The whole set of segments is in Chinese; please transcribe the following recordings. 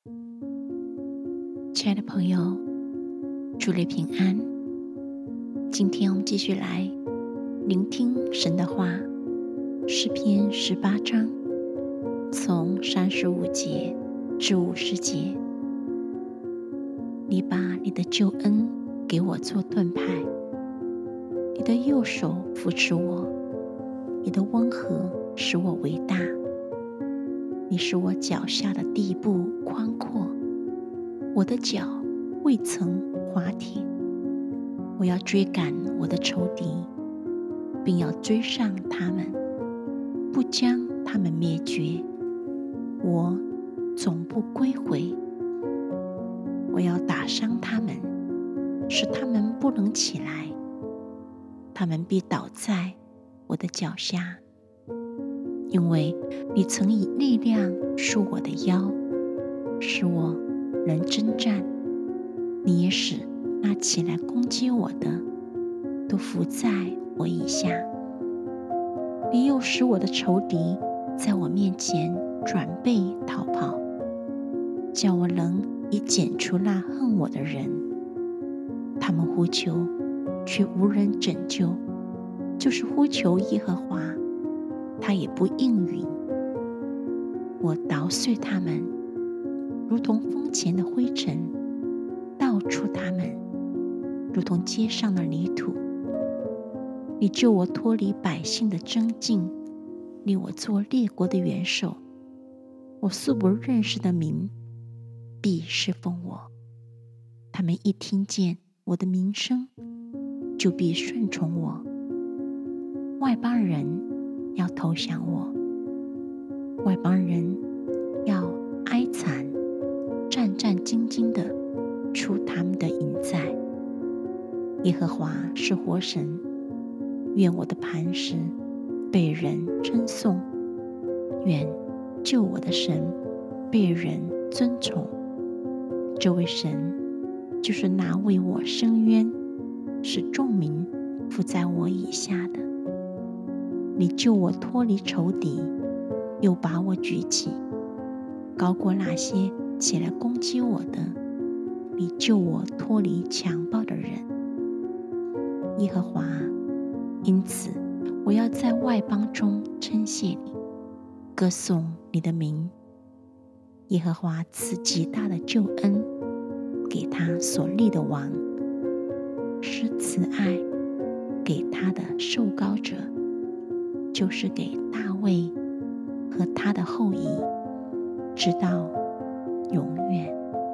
亲爱的朋友，主内平安。今天我们继续来聆听神的话，诗篇18章，从35节至50节。你把你的救恩给我做盾牌，你的右手扶持我，你的温和使我为大，你使我脚下的地步宽阔，我的脚未曾滑铁。我要追赶我的仇敌，并要追上他们，不将他们灭绝。我总不归回。我要打伤他们，使他们不能起来，他们必倒在我的脚下。因为你曾以力量束我的腰，使我能征战。你也使那起来攻击我的都伏在我以下。你又使我的仇敌在我面前转背逃跑，叫我能以剪除那恨我的人。他们呼求，却无人拯救，就是呼求耶和华，他也不应允。我捣碎他们，如同风前的灰尘，倒出他们，如同街上的泥土。你救我脱离百姓的争竞，令我做列国的元首。我素不认识的民必侍奉我，他们一听见我的名声，就必顺从我。外邦人要投降我，外邦人要哀惨，战战兢兢地出他们的营寨。耶和华是活神，愿我的磐石被人称颂，愿救我的神被人尊崇。这位神就是那为我伸冤，使众民伏在我以下的。你救我脱离仇敌，又把我举起，高过那些起来攻击我的。你救我脱离强暴的人。耶和华，因此我要在外邦中称谢你，歌颂你的名。耶和华赐极大的救恩给他所立的王，施慈爱给他的受膏者，就是给大卫和他的后裔，直到永远。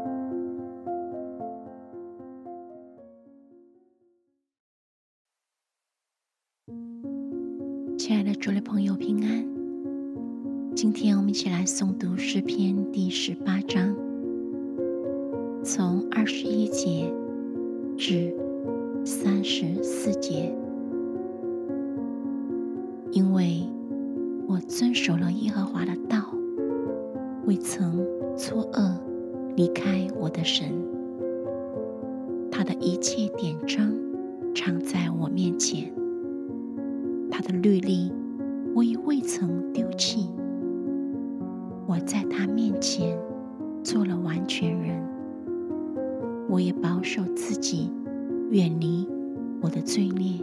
亲爱的主内朋友平安。今天我们一起来诵读诗篇第18章，从21节至34节。因为我遵守了耶和华的道，未曾作恶离开我的神。他的一切典章常在我面前，他的律例我也未曾丢弃。我在他面前做了完全人，我也保守自己，远离我的罪孽。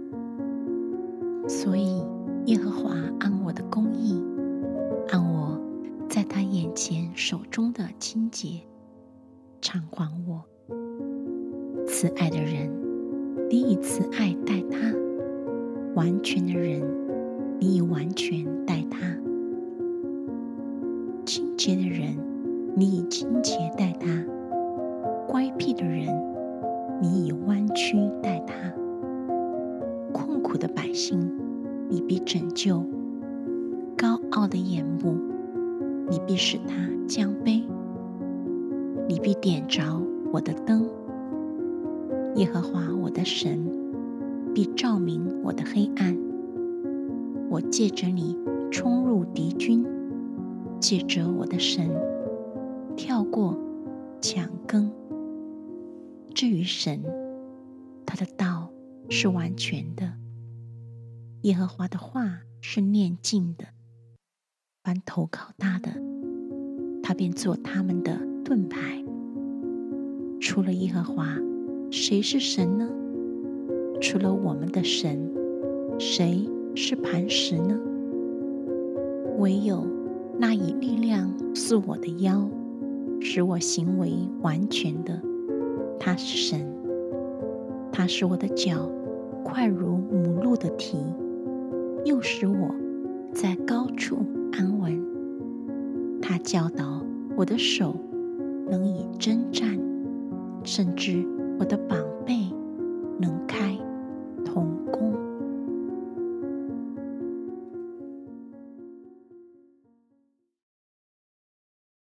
所以耶和华按我的公义，按我在他眼前手中的清洁，偿还我。慈爱的人，你以慈爱待他；完全的人，你以完全待他；清洁的人，你以清洁待他；乖僻的人，你以弯曲待他；困苦的百姓，你必拯救；高傲的眼目，你必使他降卑。你必点着我的灯，耶和华我的神必照明我的黑暗。我借着你冲入敌军，借着我的神跳过墙根。至于神，他的道是完全的，耶和华的话是念尽的。凡投靠他的，他便做他们的盾牌。除了耶和华，谁是神呢？除了我们的神，谁是磐石呢？唯有那以力量束我的腰，使我行为完全的，他是神。他使我的脚快如母鹿的蹄，又使我在高处安稳。他教导我的手能以征战，甚至我的膀